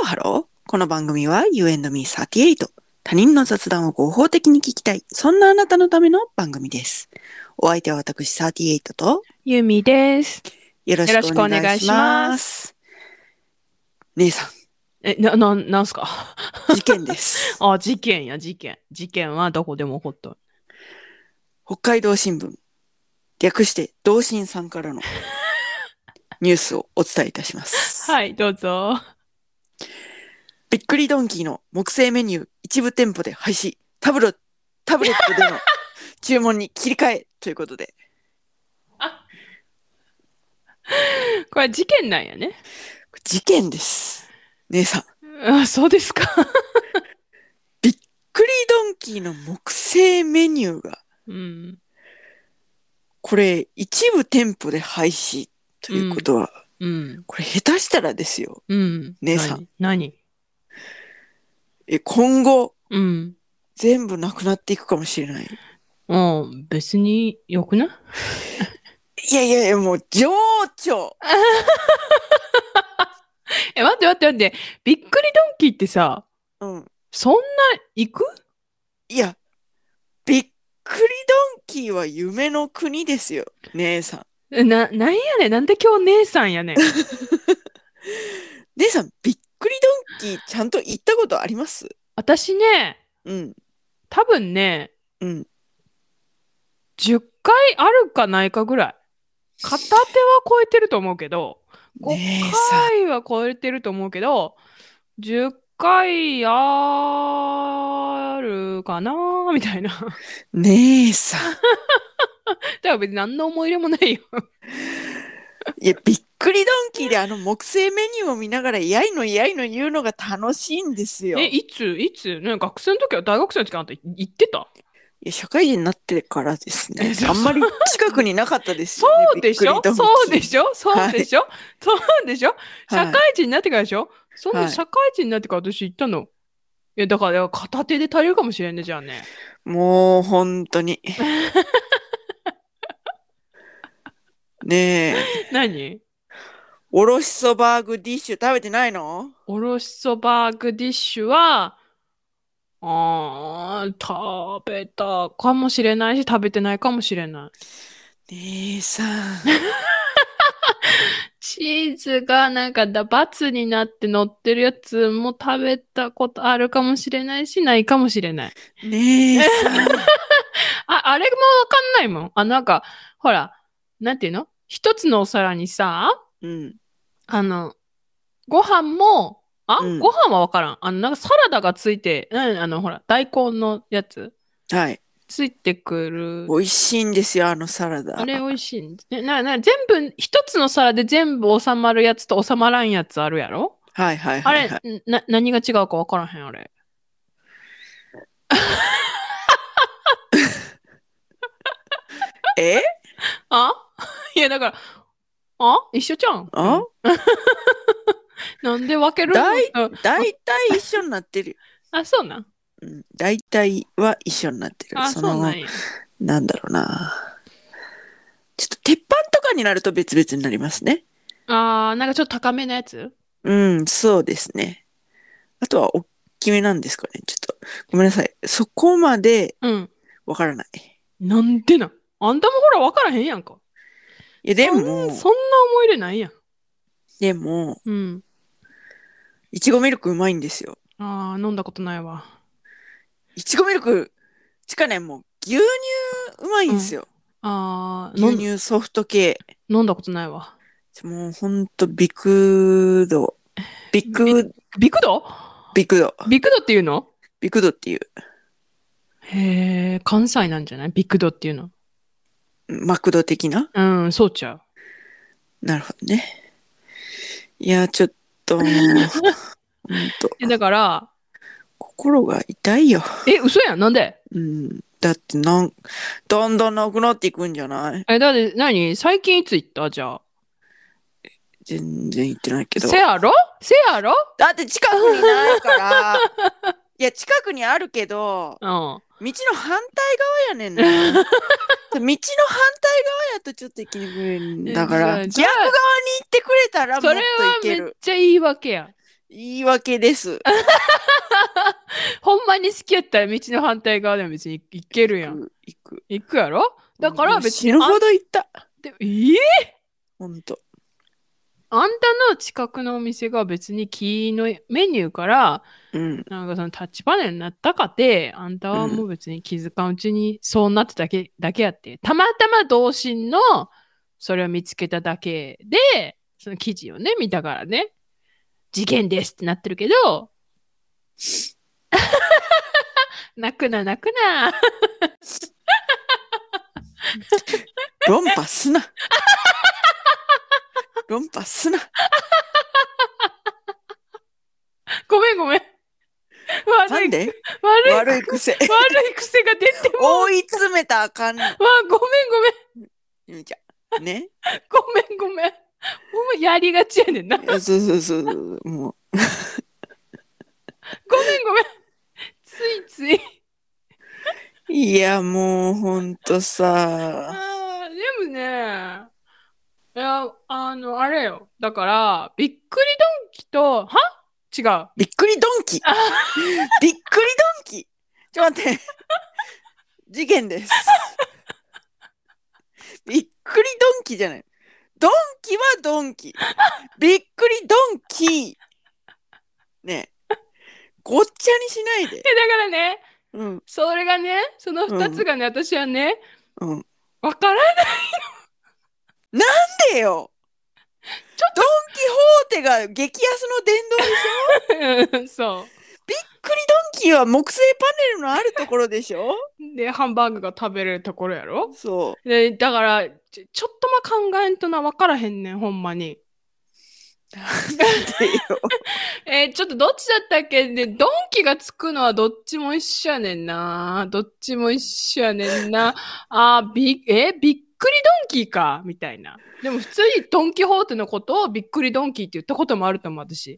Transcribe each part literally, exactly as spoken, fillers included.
ローハロー。この番組は You and me thirty-eight。他人の雑談を合法的に聞きたい。そんなあなたのための番組です。お相手は私サーティエイトとゆみです。 よろしくお願いします。姉さん。 え、な、な、なんすか事件です。 あ、事件や、事件。事件はどこでも起こった。 北海道新聞。略して同心さんからのニュースをお伝えいたします。 はい、どうぞ。 びっくりドンキーの木製メニュー一部店舗で廃止。タブロ、タブレットでの注文に切り替えということで。 あ、これ事件なんやね。 事件です。姉さん。 あ、そうですか。 びっくりドンキーの木製メニューが、 うん、 これ一部店舗で廃止ということは、 うん、 これ下手したらですよ、 うん、 姉さん。 何？ え今後、 うん、 全部なくなっていくかもしれない。 うん、別によくない？ いやいやいや、もう情緒。 え、待って待って待って。びっくりドンキーってさ、 うん。 そんな行く？ いや、びっくりドンキーは夢の国ですよ、姉さん。 えな、なんやねん。なんで今日姉さんやねん。 姉さん、びっくりドンキーちゃんと行ったことあります？ 私ね、 うん。 多分ね、 うん。 じゅっかいあるかないかぐらい。片手は超えてると思うけど、5 姉さん。 回は超えてると思うけど、じゅっかいあるかなみたいな。 姉さん。 だから別に何の思い入れもないよ。 いや、びっくりドンキーであの木製メニューを見ながら、やいのやいの言うのが楽しいんですえ、 よ。 いついつね、学生の時は大学生の時あんた行ってた？ いや、社会人になってからですね。 え、そうあんまり近くになかったですそよね、 うでしょびっくりドンキー。 そうでしょそうでしょ、そうでしょ社会はい。 人になってからでしょ？そのはい。 社会人になってから私行ったの。いや、だから片手で足りるかもしれんね、じゃあね。 もう、本当に。ねえ。 何？ おろしそば具ディッシュ食べてないの？ おろしそばグディッシュは、あー、食べたかもしれないし、食べてないかもしれない。 姉さん。 チーズがなんかだ、バツになって乗ってるやつも食べたことあるかもしれないし、ないかもしれない。 姉さん。 あ、あれもわかんないもん。あ、なんか、ほら、なんていうの？一つのお皿にさ、 うん。 あの、ご飯も、あ、 うん。 ご飯はわからん。あの、なんかサラダがついて、うん、あの、ほら、大根のやつはい。 ついてくる。 美味しいんですよ、あのサラダ。 あれ美味しい。ねな、な、全部、一つの皿で全部収まるやつと収まらんやつあるやろ？ はいはいあれ、 はいはい。 な、何が違うかわからへん、あれ。 えあいや、だから、あ一緒じゃん。うあん。なんで分けるだい、 の？ だいたい一緒になってる。 あ、そうなん。 うん。だいたいは一緒になってる。 あ、 その、 そうなんや。 なんだろうな。ちょっと鉄板とかになると別々になりますね。 あー、なんかちょっと高めのやつ？ うん、そうですね。あとは大きめなんですかね。ちょっと、ごめんなさい。そこまでうん。 わからない。 なんでなん？あんたもほら分からへんやんか。 いや、でそん、 も、 そんな思い入れないやん。 でも、 うん。 いちごミルクうまいんですよ。 あー、飲んだことないわ。 いちごミルク、ちかね、もう牛乳うまいうん。 んですよ。 あー、 牛飲ん、 乳ソフト系。 飲んだことないわ。 もうほんとビクド。ビび、 ク、 ビクド？ ビクド。 ビクドっていうの？ ビクドっていう、 へー、関西なんじゃない？ビクドっていうの。 マクド的な。 うん、そうちゃう。 なるほどね。いや、ちょっともう、ほんと、 え、だから、 心が痛いよ。 え、嘘やん。なんで？ うん。だってなん、だんだんなくなっていくんじゃない？ え、だって何最近いつ行った？じゃあ。 全然言ってないけど。 せやろ？せやろ？ だって近くにないから。いや、近くにあるけど、 うん。 道の反対側やねんな。道の反対側やとちょっと行きにくいんえだから、 じゃあ、じゃあ、 逆側に行ってくれたらそれはもっと行けめっる。 ちゃいいわけや。 言い訳です。 ほんまに好きやったら道の反対側でも別に行けるやん。 行く、行く。 行くやろ。だから別に死ぬほど行った。 でえー、 ほんと。 あんたの近くのお店が別にキーのメニューから、 うん、 なんかそのタッチパネルになったかて、あんたはもう別に気づかんうちにそうなってただけ、だけやって。たまたま同心のそれを見つけただけで、その記事をね、見たからね、事件ですってなってるけど、泣くな泣くな。 論破すな。論破すな。 ごめんごめん。 なんで悪い悪い癖。 悪い癖が出ても追い詰めたらあかん。わ、 ごめんごめん。 ゆみちゃん。ね。 ごめんごめん。ほんまやりがちやねんな。ごめんそうそうそう。もう。 ごめん。ついつい。 いや、もうほんとさ。 あでもね、いや、あの、あれよ。だから、びっくりドンキと、は違う。 びっくりドンキ。びっくりドンキ。ちょっと待って。事件です。びっくりドンキじゃない。ドンキはドンキ。びっくりドンキ。ねえ。ごっちゃにしないで。 だからね、 うん。 それがね、その二つがね、うん、私はね、 うん。 わからないの。なんでよ。ちょっとドンキホーテが激安の殿堂でしょ。そう。びっくりドンキは木製パネルのあるところでしょ。で、 ハンバーグが食べれるところやろ。 そう。 で、だからちょ、ちょっとま考えんとな、わからへんねん、ほんまに。なんでよ。えー、ちょっとどっちだったっけで、ドンキがつくのはどっちも一緒やねんな。どっちも一緒やねんな。あー、び、えー、びっくりドンキーかみたいな。でも普通にドンキホーテのことをびっくりドンキーって言ったこともあると思う、私。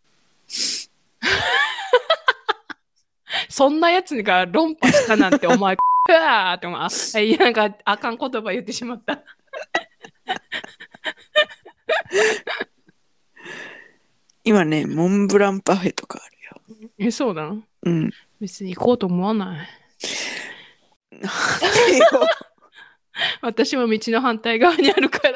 そんなやつが論破したなんてお前、うわーって思う。あ、いや、なんかあかん言葉言ってしまった。 今ね、モンブランパフェとかあるよ。 え、そうなん？ うん。 別に行こうと思わない。 なんでよ。 私も道の反対側にあるから。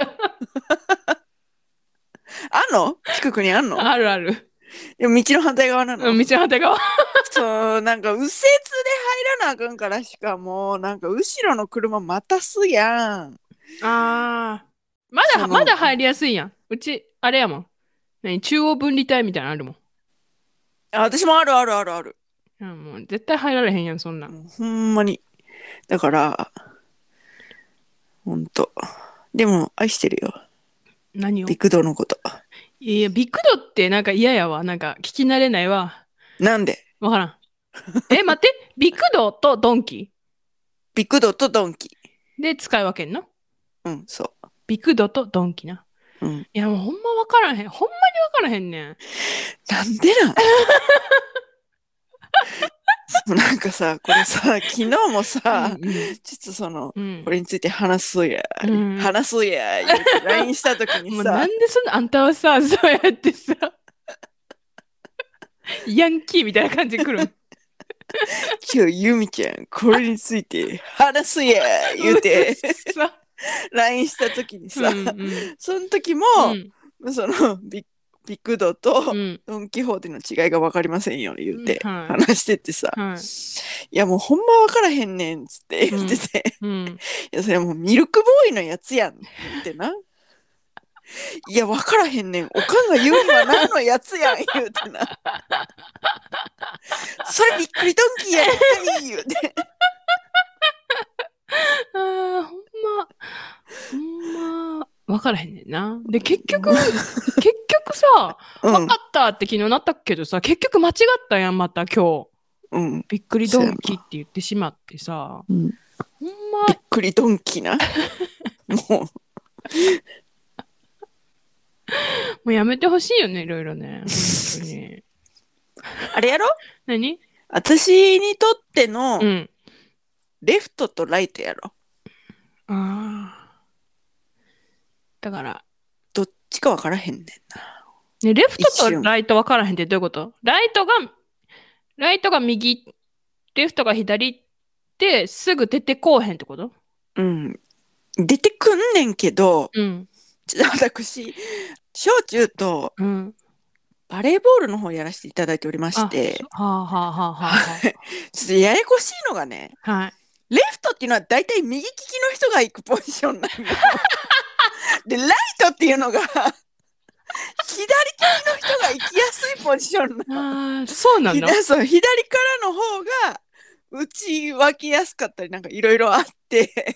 あんの？近くにあんの？ あるある。 でも道の反対側なの？ うん、道の反対側。 そう、なんか右折で入らなあかんから、しかも、なんか後ろの車またすやん。 あー。まだ、まだ入りやすいやん。うち、あれやもん。何？中央分離帯みたいなのあるもん。 あ、私もあるあるあるある。 うん、もう絶対入られへんやん、そんな。 ほんまに。だから、ほんと。でも、愛してるよ。 何を？ ビッグドのこと。 いや、ビッグドってなんか嫌やわ。なんか聞き慣れないわ。 なんで？ わからん。え、待って。ビッグドとドンキ？ ビッグドとドンキ。 で使い分けんの？ うん、そう。 ビッグドとドンキな。 うん。 いや、もうほんまわからへん。ほんまにわからへんねん。 なんでなん？なんかさ、これさ、昨日もさ、うんうん、ちょっとその、うん、これについて話そうや、うん、話そうや、言って ライン したときにさ。もうなんでそんな、あんたはさ、そうやってさ、ヤンキーみたいな感じで来るん？ 今日、ゆみちゃん、これについて話すや、言うて、ライン したときにさ、うんうん、その時も、うん、その、ビッビッグドとドン・キホーテの違いが分かりませんよね言って話しててさ、はいはい、いやもうほんま分からへんねんっつって言ってて、うんうん、いやそれもうミルクボーイのやつやんって言ってな、いや分からへんねん、おかんが言うには何のやつやん言うてな、それびっくりドンキーやんかい言うてあーほんまほんま分からへんねんな。で結局結局さ、うん、分かったって昨日なったけどさ、結局間違ったやんまた今日、うん、びっくりドンキって言ってしまってさ、うん、 ほんまびっくりドンキなもうもうやめてほしいよね、いろいろね、本当にあれやろ？ 何？ 私にとってのレフトとライトやろ。 うん、ああだからどっちか分からへんねんな。 ね、レフトとライト分からへんってどういうこと？ライトが、ライトが右、レフトが左ってすぐ出てこうへんってこと？ うん。出てくんねんけど、 うん。 私、小中とバレーボールの方やらせていただいておりまして、 はあはあはあはあ。 ちょっとややこしいのがね、 はい。 レフトっていうのは大体右利きの人が行くポジションなんよ。で、ライトっていうのが左利きの人が行きやすいポジションなの。 ああ、そうなんだ。 そう、左からの方が打ち分けやすかったりなんかいろいろあって。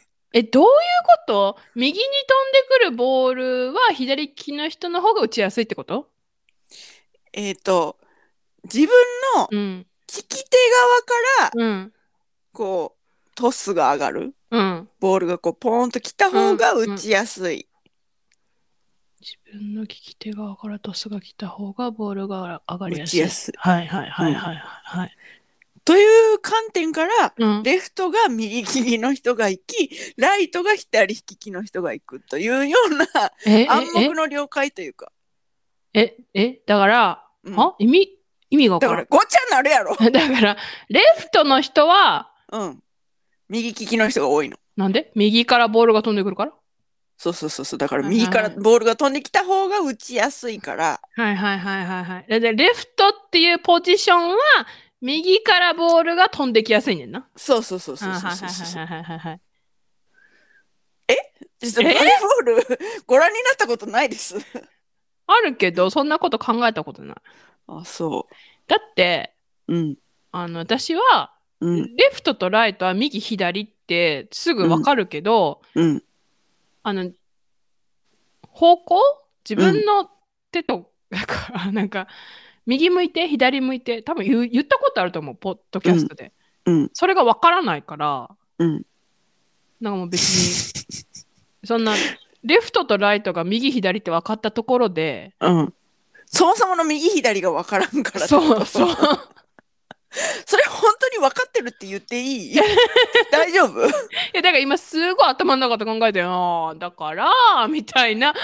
え、どういうこと？右に飛んでくるボールは左利きの人の方が打ちやすいってこと？ えっと、自分の利き手側から、うん、こう、トスが上がる。うん、ボールがこうポーンと来た方が打ちやすい。うんうん、 自分の利き手側からトスが来た方がボールが上がりやすい。 打ちやすい。 はいはいはいはいはい。うん、 という観点から、うん、レフトが右利きの人が行き、ライトが左利きの人が行くというような暗黙の了解というか。 え、え、だから、うん、は意味、意味が分からん。 だからごっちゃになるやろ。 だから、レフトの人は、 うん。右利きの人が多いの。 なんで？右からボールが飛んでくるから？ そうそうそうそう。だから右からボールが飛んできた方が打ちやすいから。 はいはいはいはいはい。で、レフトっていうポジションは、右からボールが飛んできやすいねんな。 そうそうそうそうそうそうそう。 はいはいはいはい。 え？実はバレーボールご覧になったことないです。 あるけど、そんなこと考えたことない。 あ、そう。 だって、 うん、 あの私は、うん、レフトとライトは右左ってすぐ分かるけど、うんうん、あの方向自分の手と、うん、なんか右向いて左向いて多分 言, 言ったことあると思うポッドキャストで、うんうん、それが分からないから、うん、なんかもう別にそんなレフトとライトが右左って分かったところで、 うん、そもそもの右左が分からんからそうそうそれ本当に分かってるって言っていい？大丈夫？いやだから今すごい頭の中で考えてよだからみたいな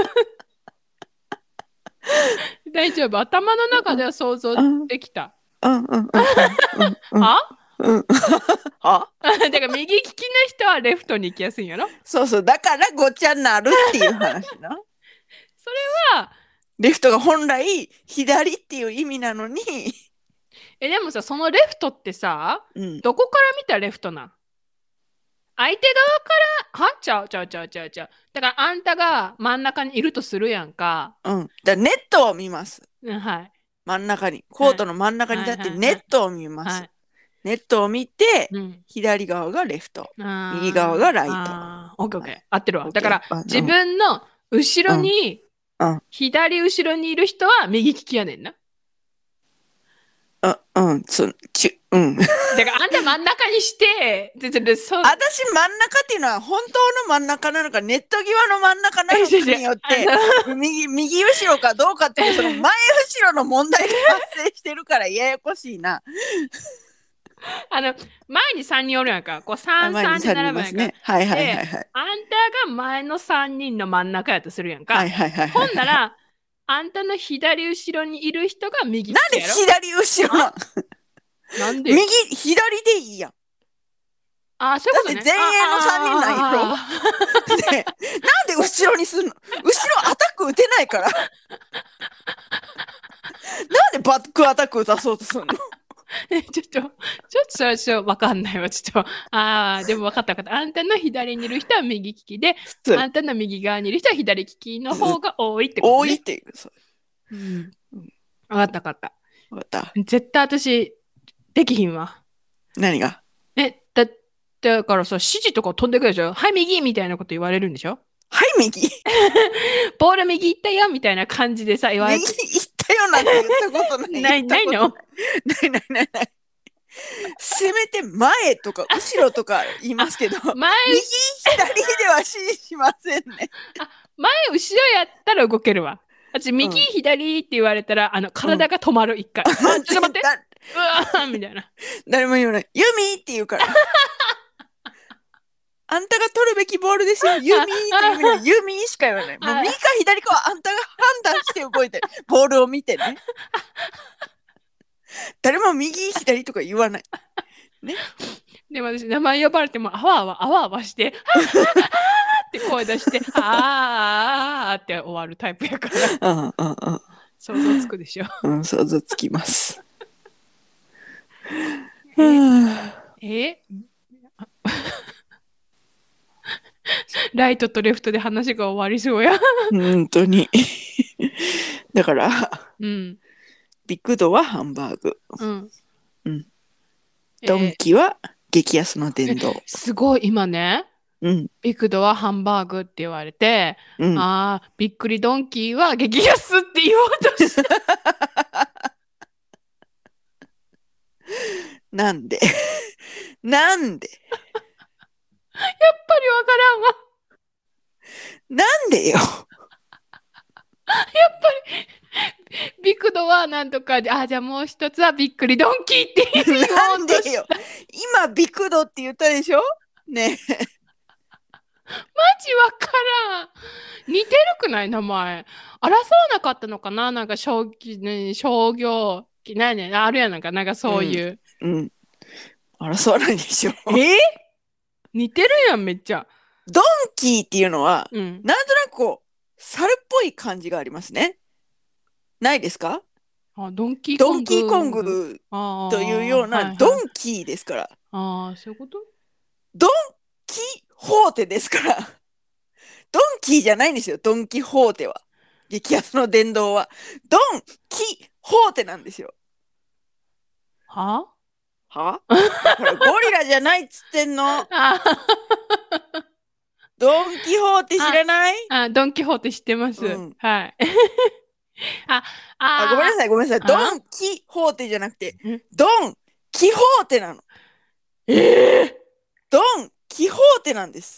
大丈夫頭の中では想像できた。 うんうんうんは？ うんは？ だから右利きの人はレフトに行きやすいんやろ？ そうそうだからごっちゃになるっていう話な。 それはレフトが本来左っていう意味なのにえでもさそのレフトってさ、うん、どこから見たレフトなん？相手側からはちゃうちゃうちゃうちゃうちゃうだからあんたが真ん中にいるとするやんか。 うんだネットを見ます、 うん、はい真ん中にコートの真ん中に立ってネットを見ます、はいはいはい、ネットを見て、うん、左側がレフト右側がライト。 あーオッケーオッケー合ってるわ。だから自分の後ろに、うん、左後ろにいる人は右利きやねんな。 あ、うん、そちうん。 だからあんた真ん中にして、ででそ私真ん中っていうのは本当の真ん中なのかネット際の真ん中なのかによって右右後ろかどうかっていうその前後ろの問題が発生してるからややこしいな。 あの前にさんにんおるやんか。こうさん、さんで並ぶやんか。 ね、はいはいはいはい。 あんたが前のさんにんの真ん中やとするやんか。はいはいはいはい、ほんならあんたの左後ろにいる人が右利きやろ。 なんで左後ろななんで右左でいいやん。 あ、そういうことね。 だって前衛のさんにんなんやろ。ね、なんで後ろにすんの？後ろアタック打てないから。なんでバックアタック打たそうとすんの？ ちょっと、ちょっとそれはちょっとわかんないわ。ちょっと、ああ、でも分かった分かった。あんたの左にいる人は右利きで、あんたの右側にいる人は左利きの方が多いってことね。 多いっていう。そう。 うん。分かった分かった。 分かった。 絶対私、できひんわ。 何が？ え、だ、だからさ、指示とか飛んでくるでしょ？はい、右みたいなこと言われるんでしょ？ はい右ボール右行ったよみたいな感じでさ言われて右行ったよなんて言ったことないないないのないないないないせめて前とか後ろとか言いますけど前右左では指示しませんね。 あ前後ろやったら動けるわ。私右、うん、左って言われたらあの体が止まる一回、うん、あちょっと待ってうわーみたいな誰も言わないユミって言うからあんたが取るべきボールですよ。ユミーっていう意味のユミーしか言わない。もう右か左かはあんたが判断して動いてる。ボールを見てね。誰も右左とか言わない。ね。 でも私名前呼ばれてもあわあわあわあわして「あーあーって声出して「あーあーあー」って終わるタイプやから。 うんうんうん。 想像つくでしょ。 うん、想像つきます。 ええライトとレフトで話が終わりそうや。 本当に。だから、 うん、 ビッグドはハンバーグ。 うんうん、ドンキは激安の殿堂。 すごい今ね、 うん、 ビッグドはハンバーグって言われて、 うん、 ああ、びっくりドンキーは激安って言おうとした。 なんでなんでやっぱりわからんわ。 なんでよ。やっぱりビッグドはなんとかで、あ、じゃあもう一つはびっくりドンキーって言おうとした。 なんでよ。今ビッグドって言ったでしょねえ。 マジわからん。似てるくない名前。争わなかったのかな、なんか商業、ね、商業、何やねん、あるやなんか、なんかそういう。 うん。うん、争わないでしょ。 えー、似てるやん、めっちゃ。 ドンキーっていうのは、 うん、 なんとなくこう、猿っぽい感じがありますね。ないですか？ あ、ドンキーコング。 ドンキーコングというようなドンキーですから。 ああ、そういうこと？ ドンキホーテですから。ドンキーじゃないんですよ、ドンキホーテは。激安の殿堂は。ドンキホーテなんですよ。 ははほら、ゴリラじゃないっつってんの。ドンキホーテ知らない？ ああ、ドンキホーテ知ってます。うん、はい。 ああ、ごめんなさい、ごめんなさい。ドンキホーテじゃなくて、ドンキホーテなの。 えー、 ドンキホーテなんです。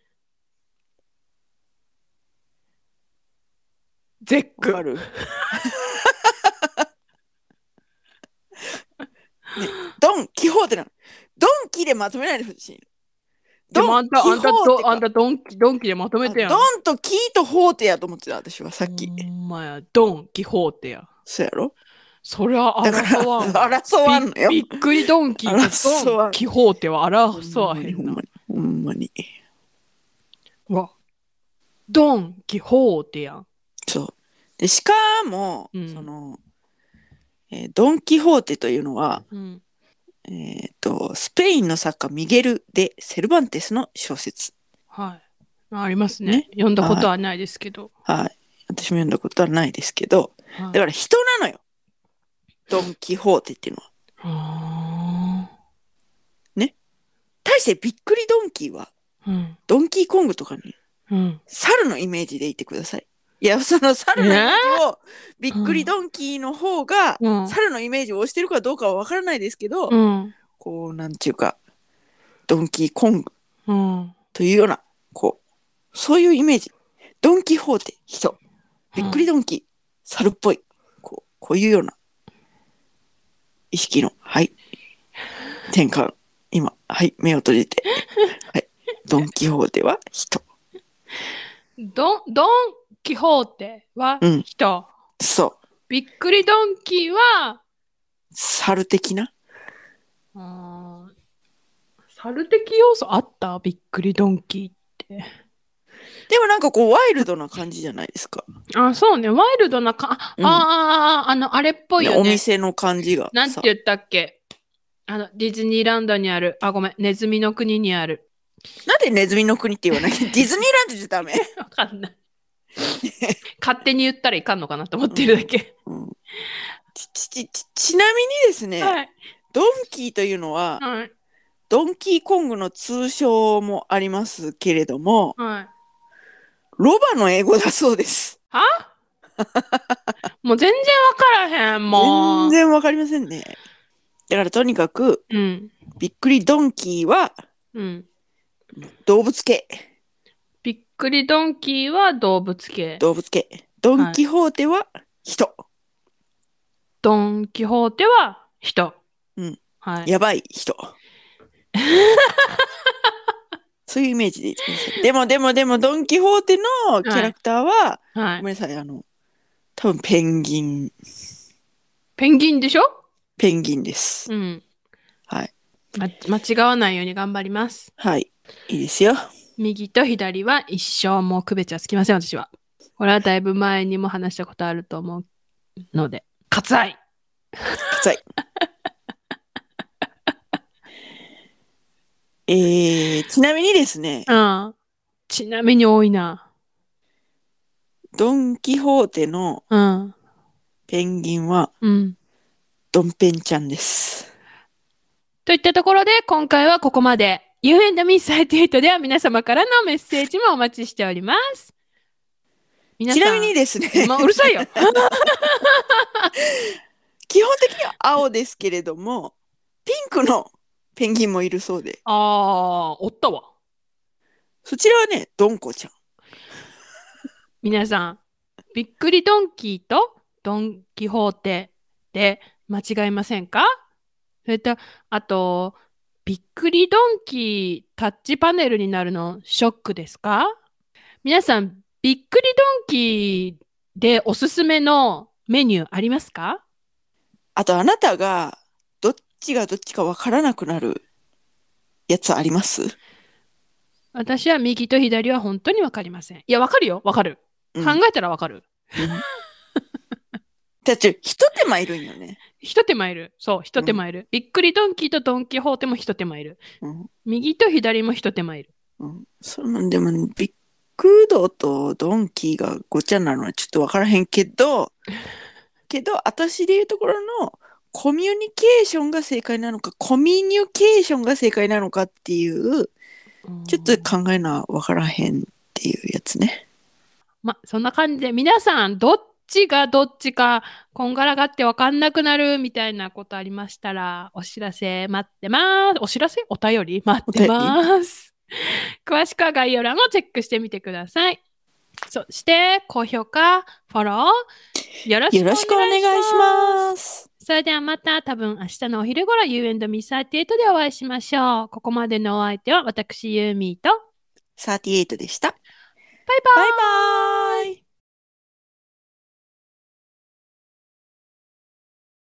ゼック。 わかる？ね、ドンキホーテなの。ドンキでまとめないでほしい。 でもあんた、あんた、あんたドンキ、ドンキでまとめてやん。 ドンとキとホーテやと思ってた、私はさっき。 ほんまや、ドンキホーテや。 そうやろ？ そりゃ争わん。 争わんのよ。 びっくりドンキーとドンキホーテは争わへんな。 ほんまに。 わ、ドンキホーテやん。 そう。で、しかも、うん、その、えー、ドンキホーテというのは、うん、えっと、スペインの作家ミゲル・デ・セルバンテスの小説。 はい。ありますね。ね、読んだことはないですけど。 はい。はい、私も読んだことはないですけど、はい、だから人なのよ。ドン・キホーテっていうのは。ね。対してびっくりドンキーは、うん、ドンキーコングとかに、うん、猿のイメージでいてください。いや、その猿のイメージを、びっくりドンキーの方が、うん、猿のイメージを押してるかどうかはわからないですけど、うん、こう、なんていうか、ドンキーコングというような、こう、そういうイメージ。ドンキホーテ、人。びっくりドンキー、猿っぽい。こう、こういうような意識の、はい。転換。今、はい、目を閉じて。はい。ドンキホーテは人。 ドン、ドンキホーテは人。 うん、そう。 びっくりドンキーは猿的な。 あ、猿的要素あった？びっくりドンキーって。 でもなんかこうワイルドな感じじゃないですか。 あ、そうね、ワイルドなか、うん、ああ、あの、あれっぽいよね。 お店の感じが。 なんて言ったっけ？あの、ディズニーランドにある、あ、ごめん、ネズミの国にある。 なんでネズミの国って言わない？ディズニーランドじゃダメ？ わかんない。勝手に言ったらいかんのかなと思ってるだけ。うんうん、 ち, ち, ち, ちなみにですね、はい、ドンキーというのは、はい、ドンキーコングの通称もありますけれども、はい、ロバの英語だそうです。 は？もう全然わからへん、もう。全然わかりませんね。だからとにかく、うん、びっくりドンキーは、うん、動物系。 びっくりドンキーは動物系。 動物系。ドン・キホーテは人。はい、 ドン・キホーテは人。 うん。はい、やばい人。 そういうイメージで言ってください。でもでもでもドン・キホーテのキャラクターは、はい、ごめんなさい、あの多分ペンギン。 ペンギンでしょ？ ペンギンです。 うん。 はい。 ま、間違わないように頑張ります。 はい。いいですよ。 右と左は一生もう区別はつきません、私は。これはだいぶ前にも話したことあると思うので、割愛。 割愛。えー、ちなみにですね。 うん。ちなみに多いな。 ドン・キホーテのペンギンは、 うん、 ドンペンちゃんです。 といったところで、今回はここまで。You and me サーティエイトでは皆様からのメッセージもお待ちしております。 皆さんちなみにですね。 まあ、うるさいよ。 基本的には青ですけれども、ピンクのペンギンもいるそうで。 ああ、おったわ。 そちらはね、ドンコちゃん。 皆さん、びっくりドンキーとドン・キホーテで間違いませんか？それと、あと、びっくりドンキータッチパネルになるのショックですか？皆さん、びっくりドンキーでおすすめのメニューありますか？ あと、あなたがどっちがどっちかわからなくなるやつあります？ 私は右と左は本当にわかりません。いや、わかるよ、わかる。うん、考えたらわかる。うんだって、ひと手間いるんよね。 ひと手間いる。そう、ひと手間いる。うん、びっくりドンキーとドンキホーテもひと手間いる。うん、右と左もひと手間いる。 うん、そのでも、ビッグドとドンキーがごちゃなのはちょっとわからへんけど、けど、私でいうところのコミュニケーションが正解なのか、コミュニケーションが正解なのかっていう、ちょっと考えなわからへんっていうやつね。 ま、そんな感じで、皆さん、どっちがどっちか、こんがらがってわかんなくなるみたいなことありましたら、お知らせ待ってます。お知らせ？お便り待ってます。詳しくは概要欄をチェックしてみてください。そして、高評価、フォロー、よろしくお願いします。それではまた多分明日のお昼頃 You and me サーティエイトでお会いしましょう。ここまでのお相手は私ユーミーとサーティエイトでした。 バイバーイ。 バイバーイ。